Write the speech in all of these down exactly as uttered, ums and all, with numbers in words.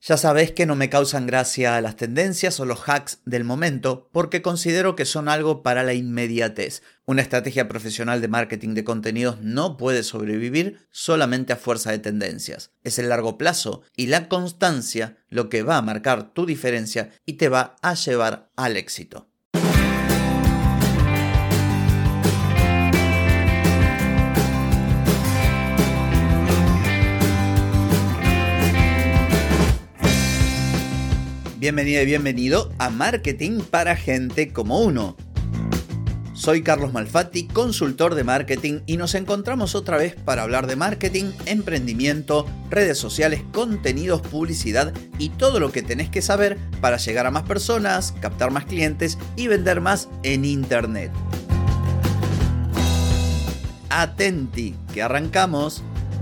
Ya sabés que no me causan gracia las tendencias o los hacks del momento porque considero que son algo para la inmediatez. Una estrategia profesional de marketing de contenidos no puede sobrevivir solamente a fuerza de tendencias. Es el largo plazo y la constancia lo que va a marcar tu diferencia y te va a llevar al éxito. Bienvenida y bienvenido a Marketing para Gente como Uno. Soy Carlos Malfatti, consultor de marketing, y nos encontramos otra vez para hablar de marketing, emprendimiento, redes sociales, contenidos, publicidad y todo lo que tenés que saber para llegar a más personas, captar más clientes y vender más en Internet. Atenti, que arrancamos.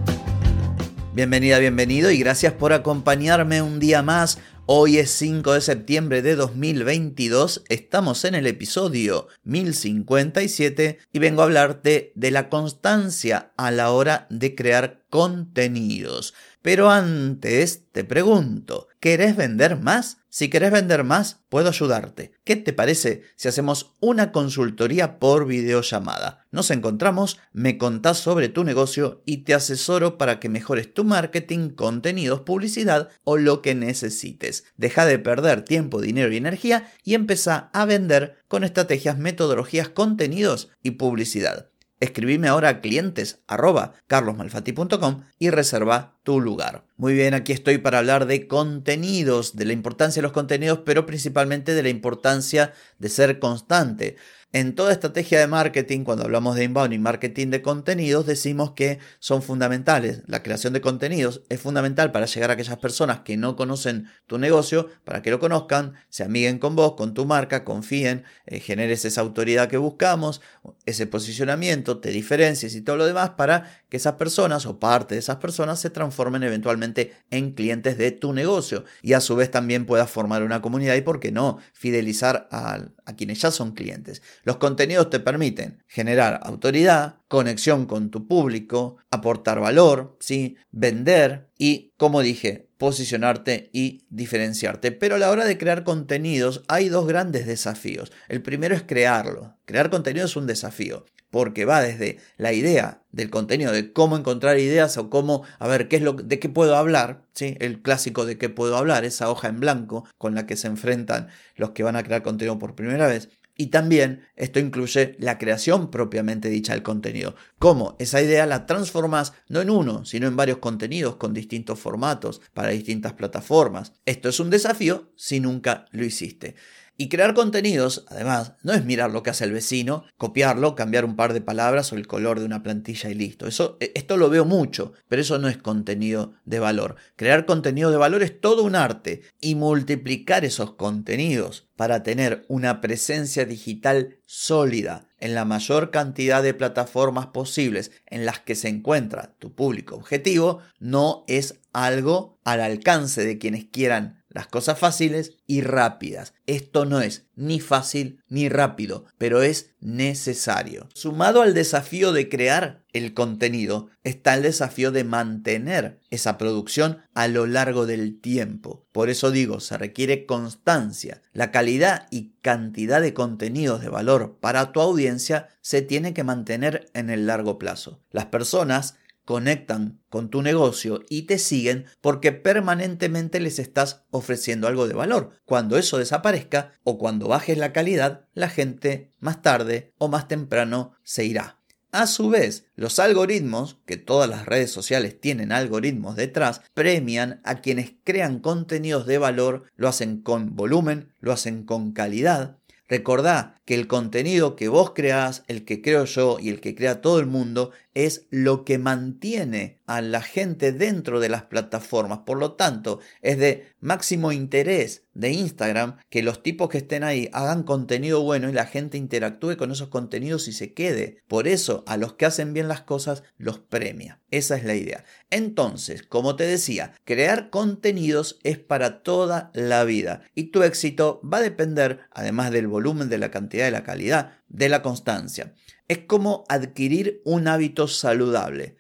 Bienvenida, bienvenido y gracias por acompañarme un día más. Hoy es cinco de septiembre de dos mil veintidós, estamos en el episodio mil cincuenta y siete y vengo a hablarte de la constancia a la hora de crear contenidos. Pero antes te pregunto, ¿querés vender más? Si querés vender más, puedo ayudarte. ¿Qué te parece si hacemos una consultoría por videollamada? Nos encontramos, me contás sobre tu negocio y te asesoro para que mejores tu marketing, contenidos, publicidad o lo que necesites. Deja de perder tiempo, dinero y energía y empezá a vender con estrategias, metodologías, contenidos y publicidad. Escribime ahora a clientes arroba carlosmalfatti punto com y reserva tu lugar. Muy bien, aquí estoy para hablar de contenidos, de la importancia de los contenidos, pero principalmente de la importancia de ser constante. En toda estrategia de marketing, cuando hablamos de inbound y marketing de contenidos, decimos que son fundamentales. La creación de contenidos es fundamental para llegar a aquellas personas que no conocen tu negocio, para que lo conozcan, se amiguen con vos, con tu marca, confíen, eh, generes esa autoridad que buscamos, ese posicionamiento, te diferencies y todo lo demás para que esas personas o parte de esas personas se transformen eventualmente en clientes de tu negocio y a su vez también puedas formar una comunidad y, ¿por qué no?, fidelizar a, a quienes ya son clientes. Los contenidos te permiten generar autoridad, conexión con tu público, aportar valor, ¿sí?, vender y, como dije, posicionarte y diferenciarte. Pero a la hora de crear contenidos hay dos grandes desafíos. El primero es crearlo. Crear contenido es un desafío, porque va desde la idea del contenido, de cómo encontrar ideas o cómo, a ver, qué es lo, de qué puedo hablar, ¿sí? El clásico de qué puedo hablar, esa hoja en blanco con la que se enfrentan los que van a crear contenido por primera vez. Y también esto incluye la creación propiamente dicha del contenido. Cómo esa idea la transformas no en uno, sino en varios contenidos con distintos formatos para distintas plataformas. Esto es un desafío si nunca lo hiciste. Y crear contenidos, además, no es mirar lo que hace el vecino, copiarlo, cambiar un par de palabras o el color de una plantilla y listo. Eso, esto lo veo mucho, pero eso no es contenido de valor. Crear contenido de valor es todo un arte y multiplicar esos contenidos para tener una presencia digital sólida en la mayor cantidad de plataformas posibles en las que se encuentra tu público objetivo no es algo al alcance de quienes quieran las cosas fáciles y rápidas. Esto no es ni fácil ni rápido, pero es necesario. Sumado al desafío de crear el contenido, está el desafío de mantener esa producción a lo largo del tiempo. Por eso digo, se requiere constancia. La calidad y cantidad de contenidos de valor para tu audiencia se tiene que mantener en el largo plazo. Las personas conectan con tu negocio y te siguen porque permanentemente les estás ofreciendo algo de valor. Cuando eso desaparezca o cuando bajes la calidad, la gente más tarde o más temprano se irá. A su vez, los algoritmos, que todas las redes sociales tienen algoritmos detrás, premian a quienes crean contenidos de valor, lo hacen con volumen, lo hacen con calidad. Recordá que el contenido que vos creás, el que creo yo y el que crea todo el mundo, es lo que mantiene a la gente dentro de las plataformas. Por lo tanto, es de máximo interés de Instagram que los tipos que estén ahí hagan contenido bueno y la gente interactúe con esos contenidos y se quede. Por eso, a los que hacen bien las cosas los premia. Esa es la idea. Entonces, como te decía, crear contenidos es para toda la vida y tu éxito va a depender, además del volumen, de la cantidad, de la calidad, de la constancia. Es como adquirir un hábito saludable.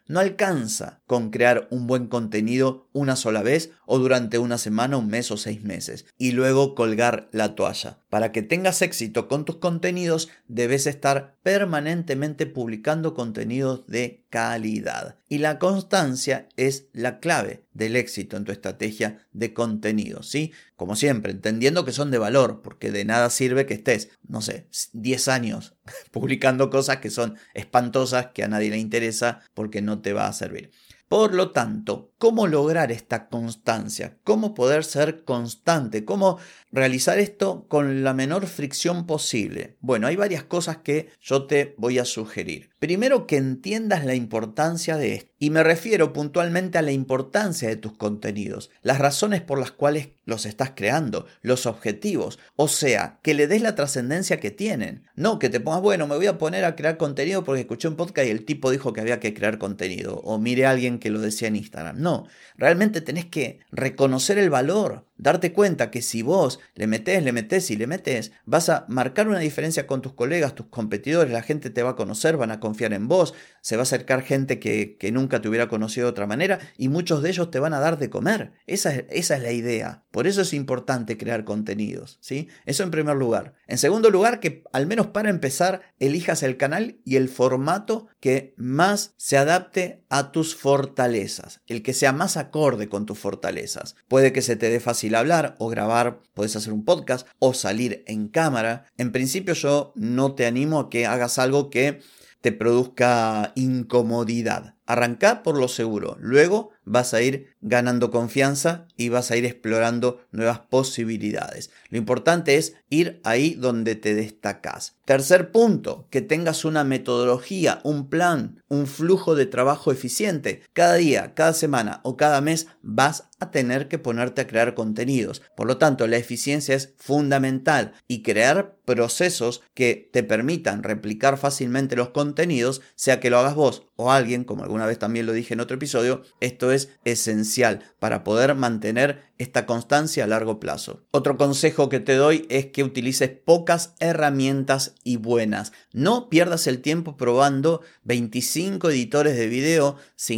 No alcanza con crear un buen contenido una sola vez o durante una semana, un mes o seis meses y luego colgar la toalla. Para que tengas éxito con tus contenidos debes estar permanentemente publicando contenidos de calidad. Y la constancia es la clave del éxito en tu estrategia de contenido, ¿sí? Como siempre, entendiendo que son de valor, porque de nada sirve que estés, no sé, diez años publicando cosas que son espantosas, que a nadie le interesa, porque no te va a servir. Por lo tanto, ¿cómo lograr esta constancia? ¿Cómo poder ser constante? ¿Cómo realizar esto con la menor fricción posible? Bueno, hay varias cosas que yo te voy a sugerir. Primero, que entiendas la importancia de esto. Y me refiero puntualmente a la importancia de tus contenidos, las razones por las cuales los estás creando, los objetivos. O sea, que le des la trascendencia que tienen. No que te pongas, bueno, me voy a poner a crear contenido porque escuché un podcast y el tipo dijo que había que crear contenido. O mire a alguien que lo decía en Instagram. No, realmente tenés que reconocer el valor. Darte cuenta que si vos le metés, le metés y le metés, vas a marcar una diferencia con tus colegas, tus competidores, la gente te va a conocer, van a confiar en vos, se va a acercar gente que, que nunca te hubiera conocido de otra manera y muchos de ellos te van a dar de comer. Esa es, esa es la idea. Por eso es importante crear contenidos, ¿sí? Eso en primer lugar. En segundo lugar, que al menos para empezar, elijas el canal y el formato que más se adapte a tus fortalezas, el que sea más acorde con tus fortalezas. Puede que se te dé fácil hablar o grabar, puedes hacer un podcast o salir en cámara. En principio yo no te animo a que hagas algo que te produzca incomodidad. Arrancá por lo seguro, luego vas a ir ganando confianza y vas a ir explorando nuevas posibilidades. Lo importante es ir ahí donde te destacás. Tercer punto, que tengas una metodología, un plan, un flujo de trabajo eficiente. Cada día, cada semana o cada mes vas a tener que ponerte a crear contenidos. Por lo tanto, la eficiencia es fundamental y crear procesos que te permitan replicar fácilmente los contenidos, sea que lo hagas vos o alguien, como alguna vez también lo dije en otro episodio, esto es esencial para poder mantener esta constancia a largo plazo. Otro consejo que te doy es que utilices pocas herramientas y buenas. No pierdas el tiempo probando veinticinco editores de video,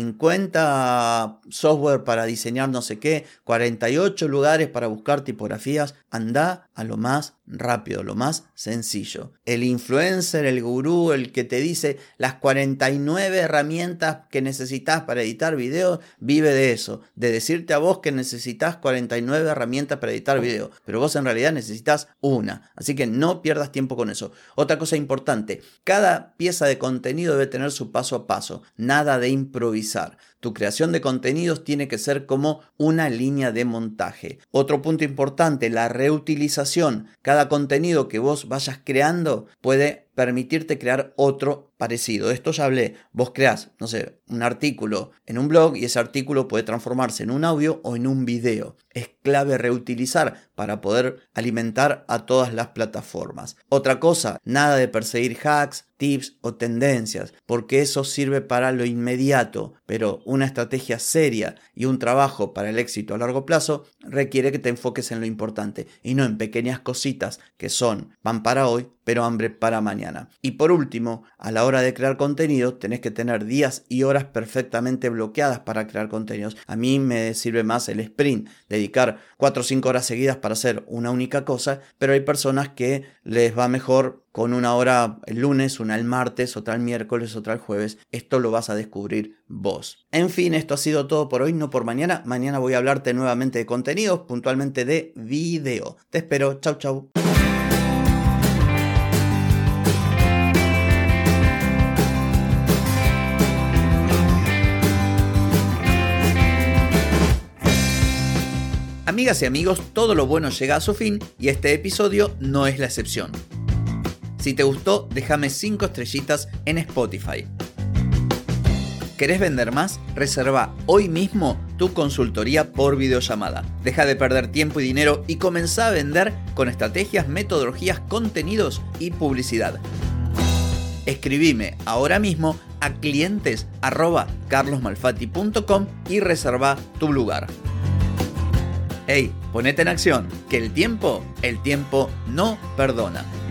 cincuenta software para diseñar no sé qué, cuarenta y ocho lugares para buscar tipografías. Anda a lo más rápido, lo más sencillo. El influencer, el gurú, el que te dice las cuarenta y nueve herramientas que necesitas para editar videos, vive de eso, de decirte a vos que necesitas cuarenta y nueve herramientas para editar video, pero vos en realidad necesitas una, así que no pierdas tiempo con eso. Otra cosa importante, cada pieza de contenido debe tener su paso a paso, nada de improvisar. Tu creación de contenidos tiene que ser como una línea de montaje. Otro punto importante, la reutilización. Cada contenido que vos vayas creando puede permitirte crear otro parecido. De esto ya hablé. Vos creás, no sé, un artículo en un blog y ese artículo puede transformarse en un audio o en un video. Es clave reutilizar para poder alimentar a todas las plataformas. Otra cosa, nada de perseguir hacks, tips o tendencias, porque eso sirve para lo inmediato, pero una estrategia seria y un trabajo para el éxito a largo plazo requiere que te enfoques en lo importante y no en pequeñas cositas que son pan para hoy, pero hambre para mañana. Y por último, a la hora de crear contenido, tenés que tener días y horas perfectamente bloqueadas para crear contenidos. A mí me sirve más el sprint, dedicar cuatro o cinco horas seguidas para hacer una única cosa, pero hay personas que les va mejor con una hora el lunes, una el martes, otra el miércoles, otra el jueves. Esto lo vas a descubrir vos. En fin, esto ha sido todo por hoy, no por mañana. Mañana voy a hablarte nuevamente de contenidos, puntualmente de video. Te espero. Chau, chau. Amigas y amigos, todo lo bueno llega a su fin y este episodio no es la excepción. Si te gustó, déjame cinco estrellitas en Spotify. ¿Querés vender más? Reserva hoy mismo tu consultoría por videollamada. Deja de perder tiempo y dinero y comenzá a vender con estrategias, metodologías, contenidos y publicidad. Escribime ahora mismo a clientes arroba carlosmalfatti punto com y reserva tu lugar. Hey, ponete en acción, que el tiempo, el tiempo no perdona.